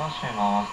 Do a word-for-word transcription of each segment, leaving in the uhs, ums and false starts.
を閉めます。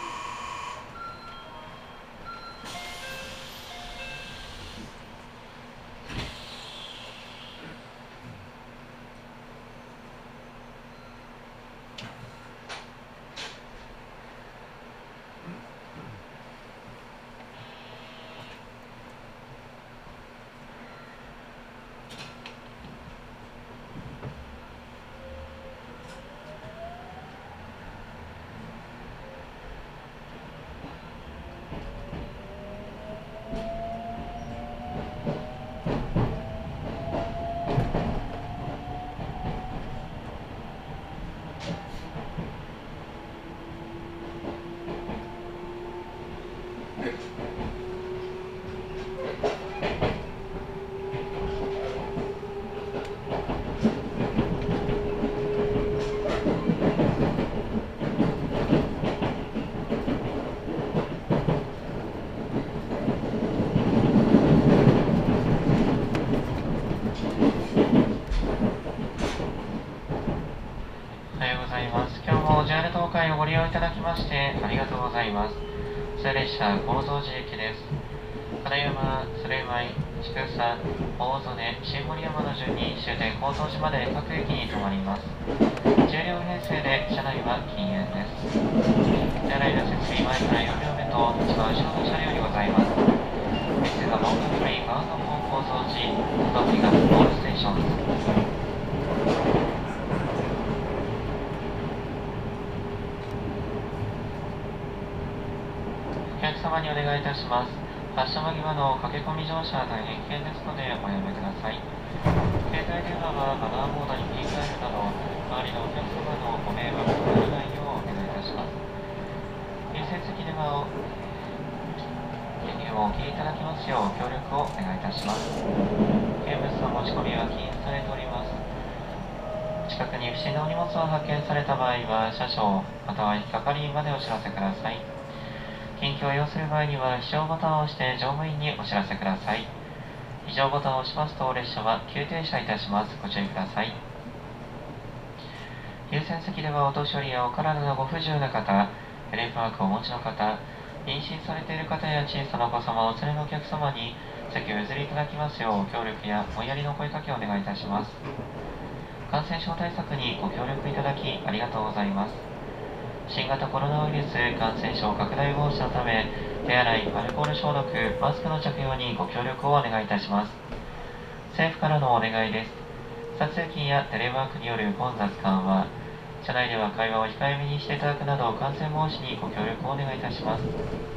東海をご利用いただきましてありがとうございます。普通列車高蔵寺駅です。金山、鶴舞、千種、大曽根、新森山の順に終点高蔵寺まで各駅に停まります。じゅう両編成で車内は禁煙です。手洗いの設備前からよん両目と一番後ろの車両にございます。This is a local train bound for 高蔵寺、stopping at all stations.お客様にお願いいたします。発車間際の駆け込み乗車は大変危険ですのでおやめください。携帯電話はマナーモードに切り替えるなど、周りのお客様のご迷惑とならないようお願いいたします。優先席ではメニューをお聞きいただきますよう協力をお願いいたします。見物の持ち込みは禁止されております。近くに不審なお荷物を発見された場合は車掌または引っかかりまでお知らせください。緊急を要する場合には非常ボタンを押して乗務員にお知らせください。非常ボタンを押しますと列車は急停車いたします。ご注意ください。優先席ではお年寄りやお体のご不自由な方、テレパークをお持ちの方、妊娠されている方や小さなお子様をお連れのお客様に席を譲りいただきますよう協力や思いやりの声かけをお願いいたします。感染症対策にご協力いただきありがとうございます。新型コロナウイルス感染症拡大防止のため、手洗い、アルコール消毒、マスクの着用にご協力をお願いいたします。政府からのお願いです。撮影機やテレワークによる混雑緩和、車内では会話を控えめにしていただくなど、感染防止にご協力をお願いいたします。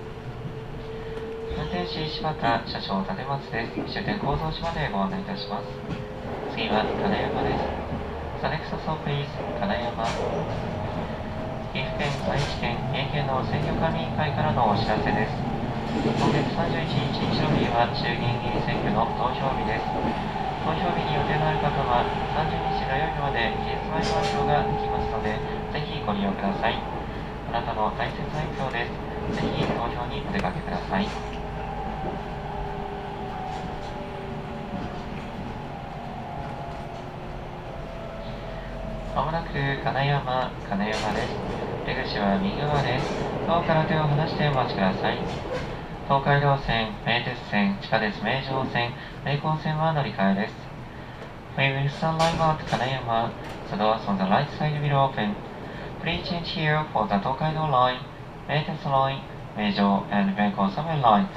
運転士柴田、車掌立松です。終点高蔵寺までご案内いたします。次は金山です。The next stop is 金山。岐阜県、愛知県、三重県の選挙管理委員会からのお知らせです。今月さんじゅういちにち日曜日は衆議院議員選挙の投票日です。投票日に予定のある方はさんじゅうにち土曜日まで期日前投票ができますので、ぜひご利用ください。あなたの大切な一票です。ぜひ投票にお出かけください。まもなく金山、金山です。出口は右側です。ドアから手を離してお待ちください。東海道線、名鉄線、地下鉄名城線、名高線は乗り換えです。We will stand line at 金山. The doors on the right side will open. Please change here for the 東海道 line, 名鉄 line, 名城 and 名高線lines.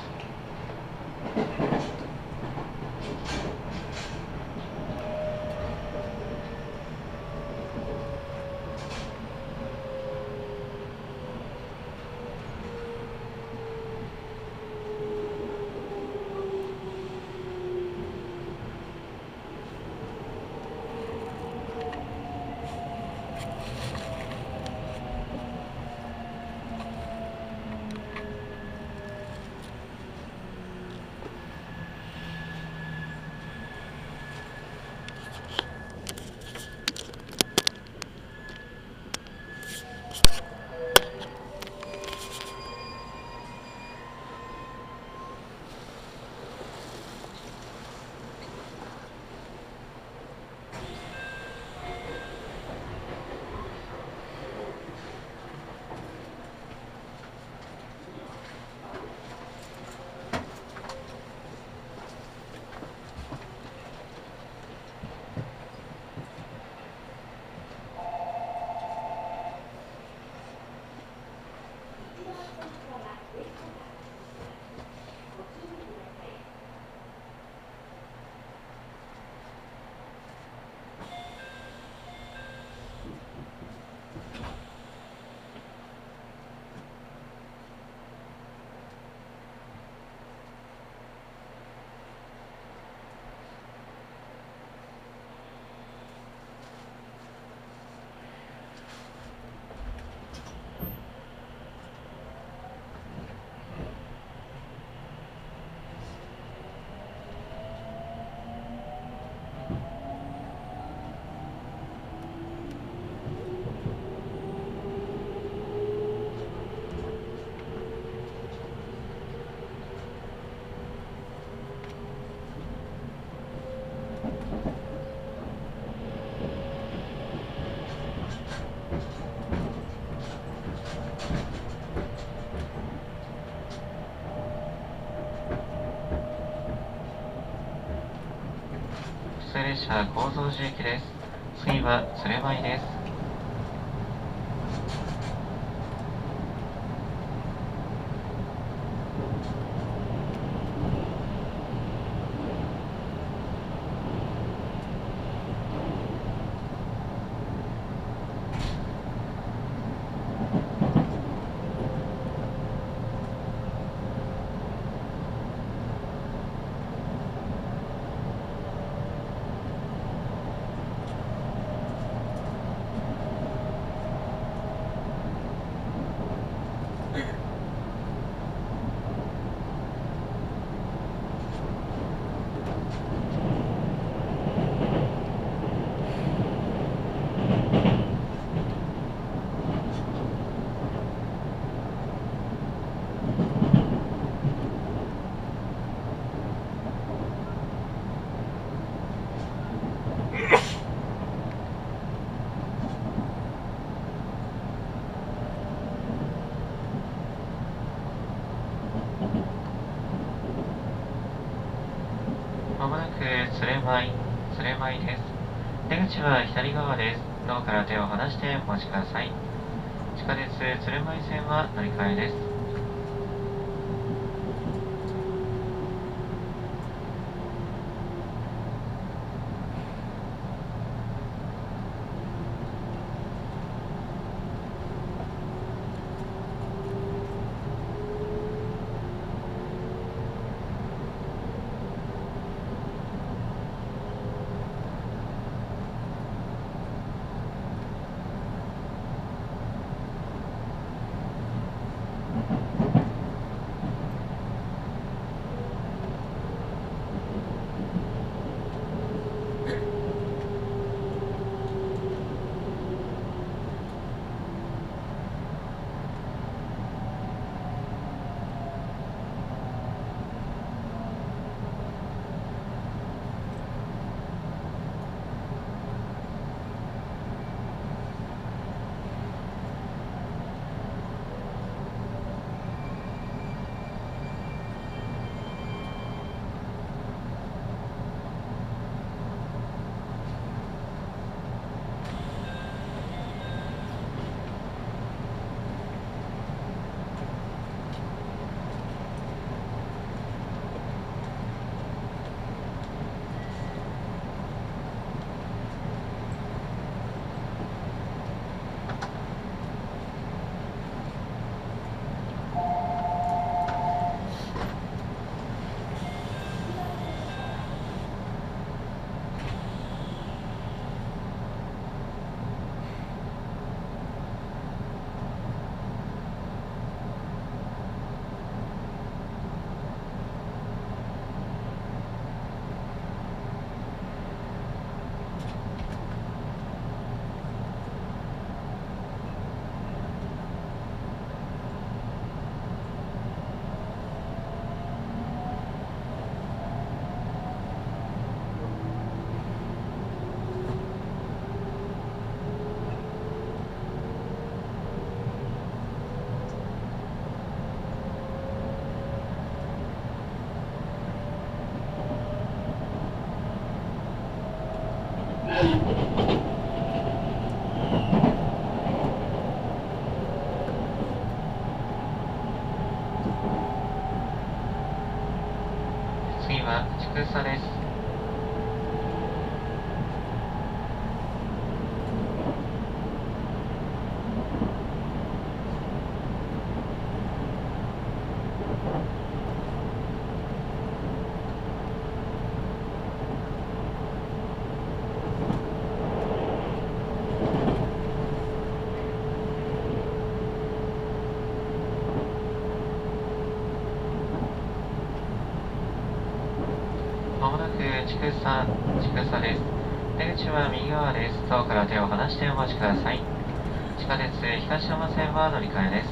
列車構造寺駅です。次は鶴舞です。まもなく鶴舞、鶴舞です。出口は左側です。ドアから手を離してお待ちください。地下鉄鶴舞線は乗り換えです。次は千種です。まもなく千種、千種です。出口は右側です。ドアから手を離してお待ちください。地下鉄東山線は乗り換えです。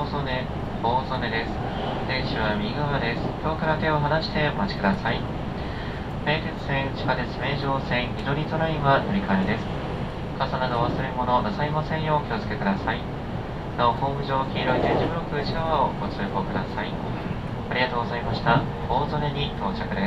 大曽根、大曽根です。出口は右側です。今日から手を離してお待ちください。名鉄線、地下鉄名城線、緑トラインは乗り換えです。傘など忘れ物なさいませんようお気をつけください。なお、ホーム上、黄色い点字ブロック内側をご通行ください。ありがとうございました。大曽根に到着です。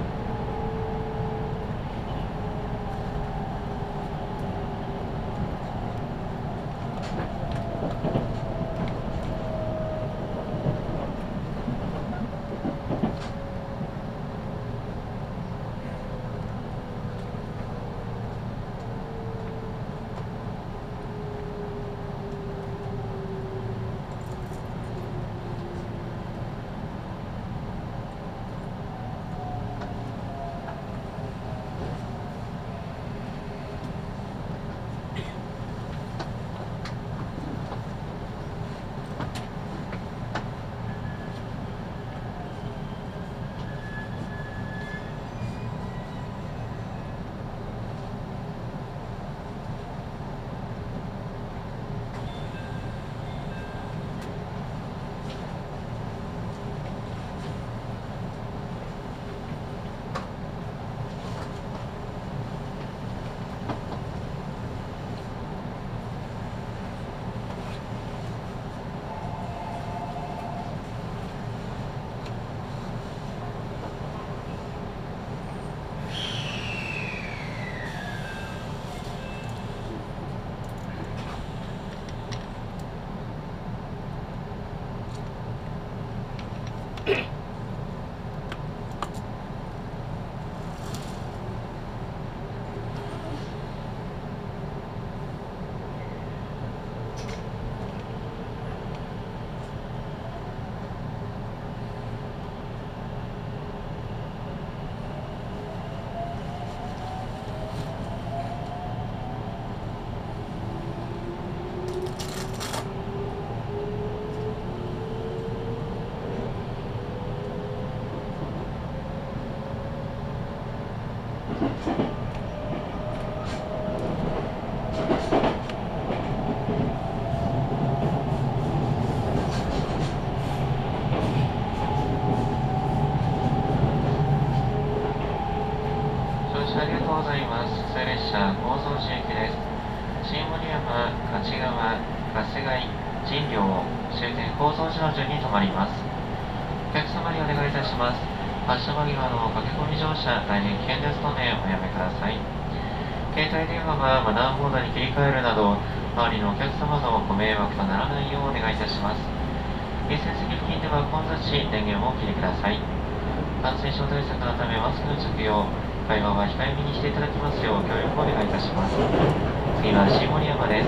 ありがとうございます。普通列車、高蔵寺駅です。新森山、勝川、春日井、神陵、終点高蔵寺の順に停まります。お客様にお願いいたします。発車間際の駆け込み乗車、大変危険ですのでおやめください。携帯電話はマナーモードに切り替えるなど、周りのお客様のご迷惑とならないようお願いいたします。優先席付近では混雑し、電源をお切りください。感染症対策のためマスクの着用、会話は控えめにしていただきますよう協力をお願いいたします。次は新森山です。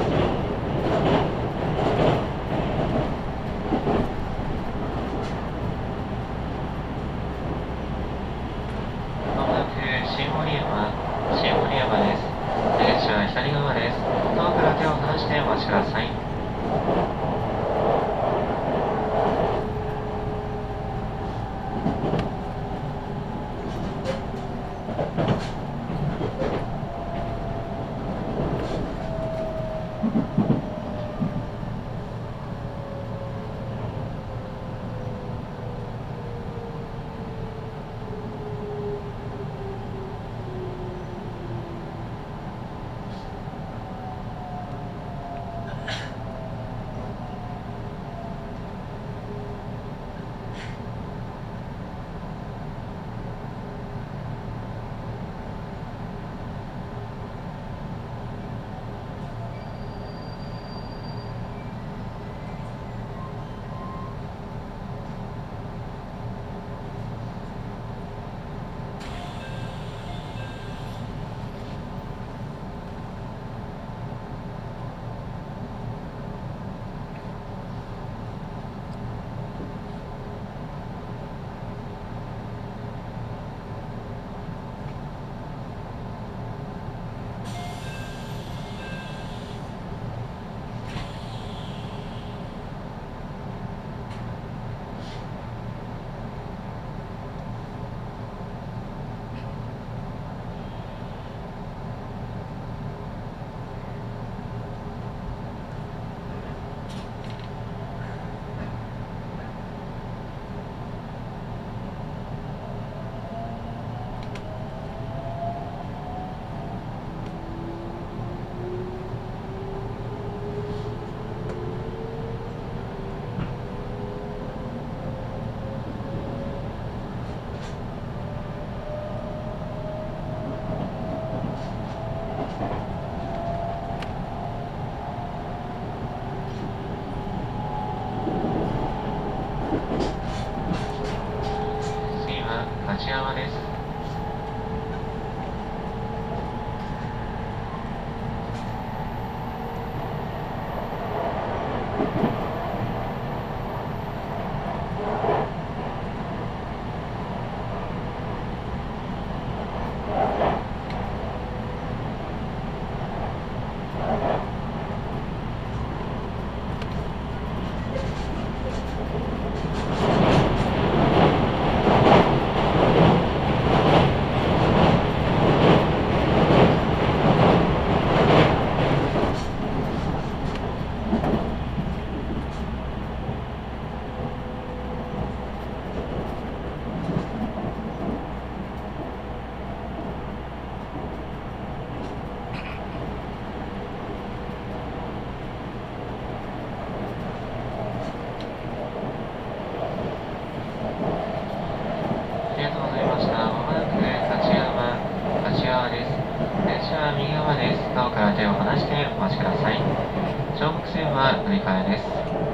まもなく新森山、新森山です。出口は左側です。ドアから手を離してお待ちください。 離してお待ちください。乗国線は乗り換えです。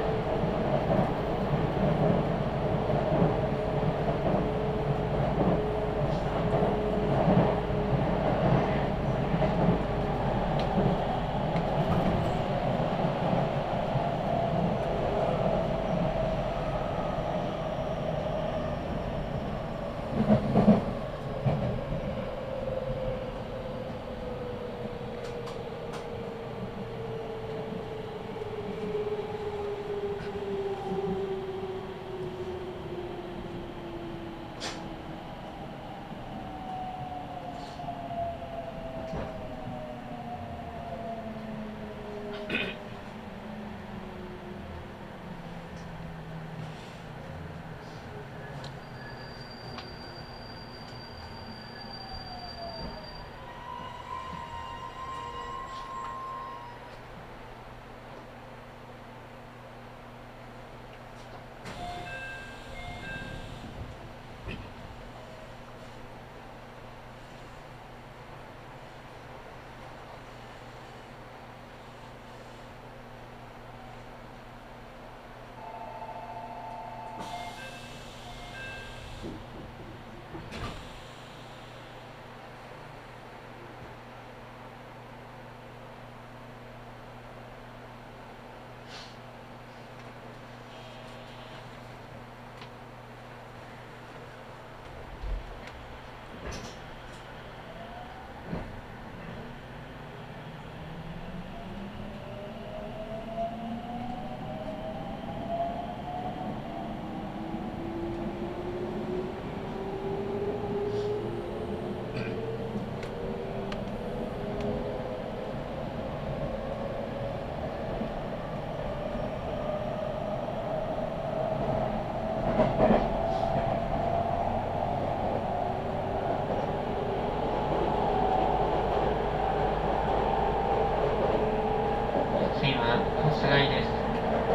春日井です。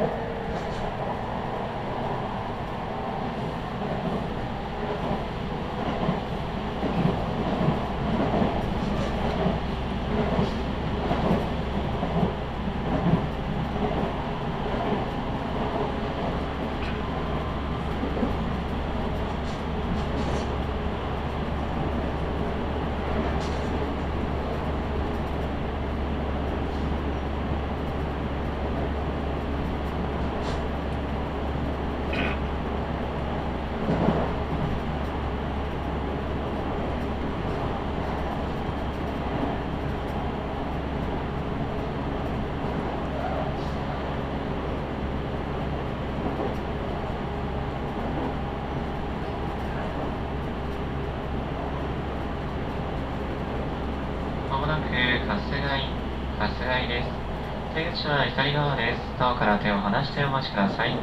まもなく春日井、春日井です。出口は左側です。ドアから手を離してお待ちください。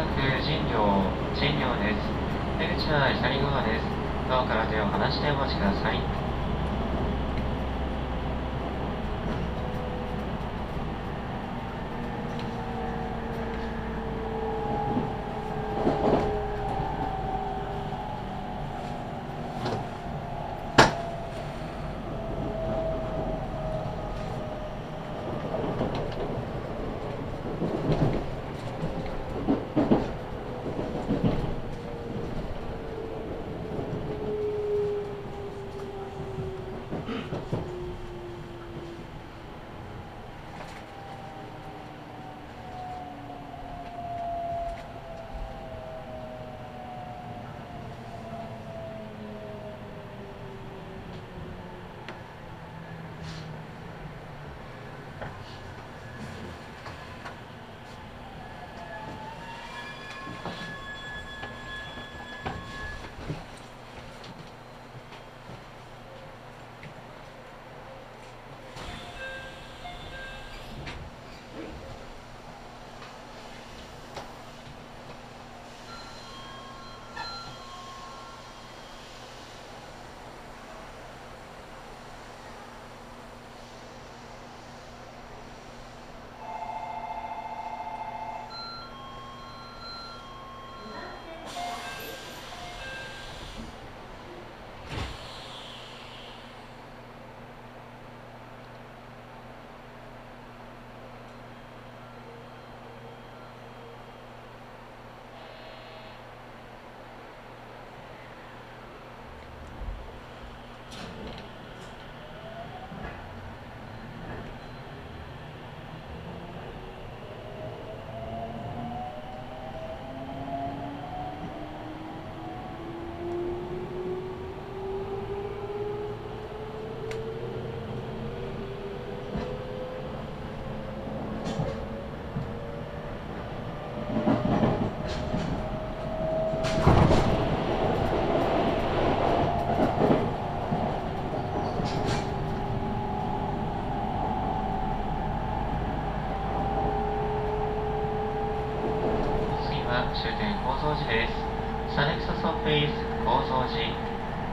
賃料、賃料です。出口は左側です。ドアから手を離してお待ちください。終点高蔵寺です。The next stop is 高蔵寺。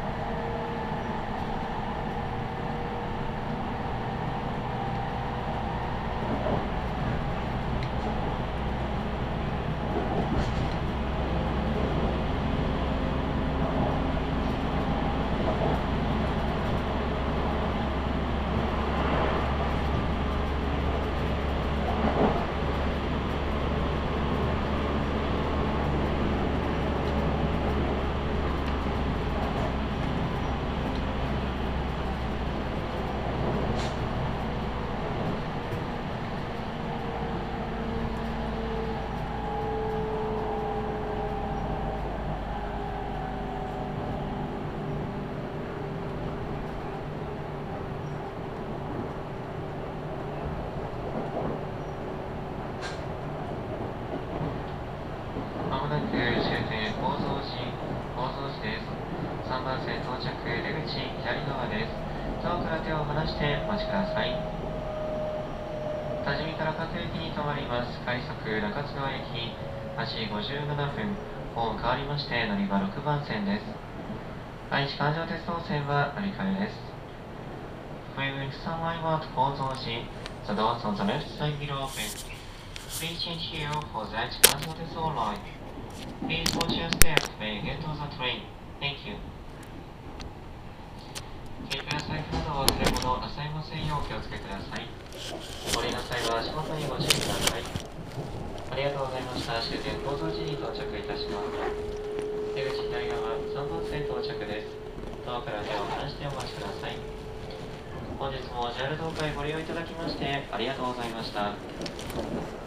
まもなく終点高蔵寺、高蔵寺です。さんばん線到着、出口左側です。ドアから手を離してお待ちください。多治見から各駅に停まります。快速中津川駅、はちじごじゅうななふん、ホーム変わりまして乗り場ろくばん線です。愛知環状鉄道線は乗り換えです。We will stand by at 高蔵寺。The doors on the left side will open. Please change here for the 愛知環状鉄道line. Please watch your step when you get to the train. Thank you. 携帯や財布など忘れ物なさいませんようお気をつけください。お降りの際は足元にご注意ください。ありがとうございました。終点高蔵寺に到着いたします。出口左側さんばん線到着です。ドアから手を離してお待ちください。本日も ジェイアール 東海ご利用いただきましてありがとうございました。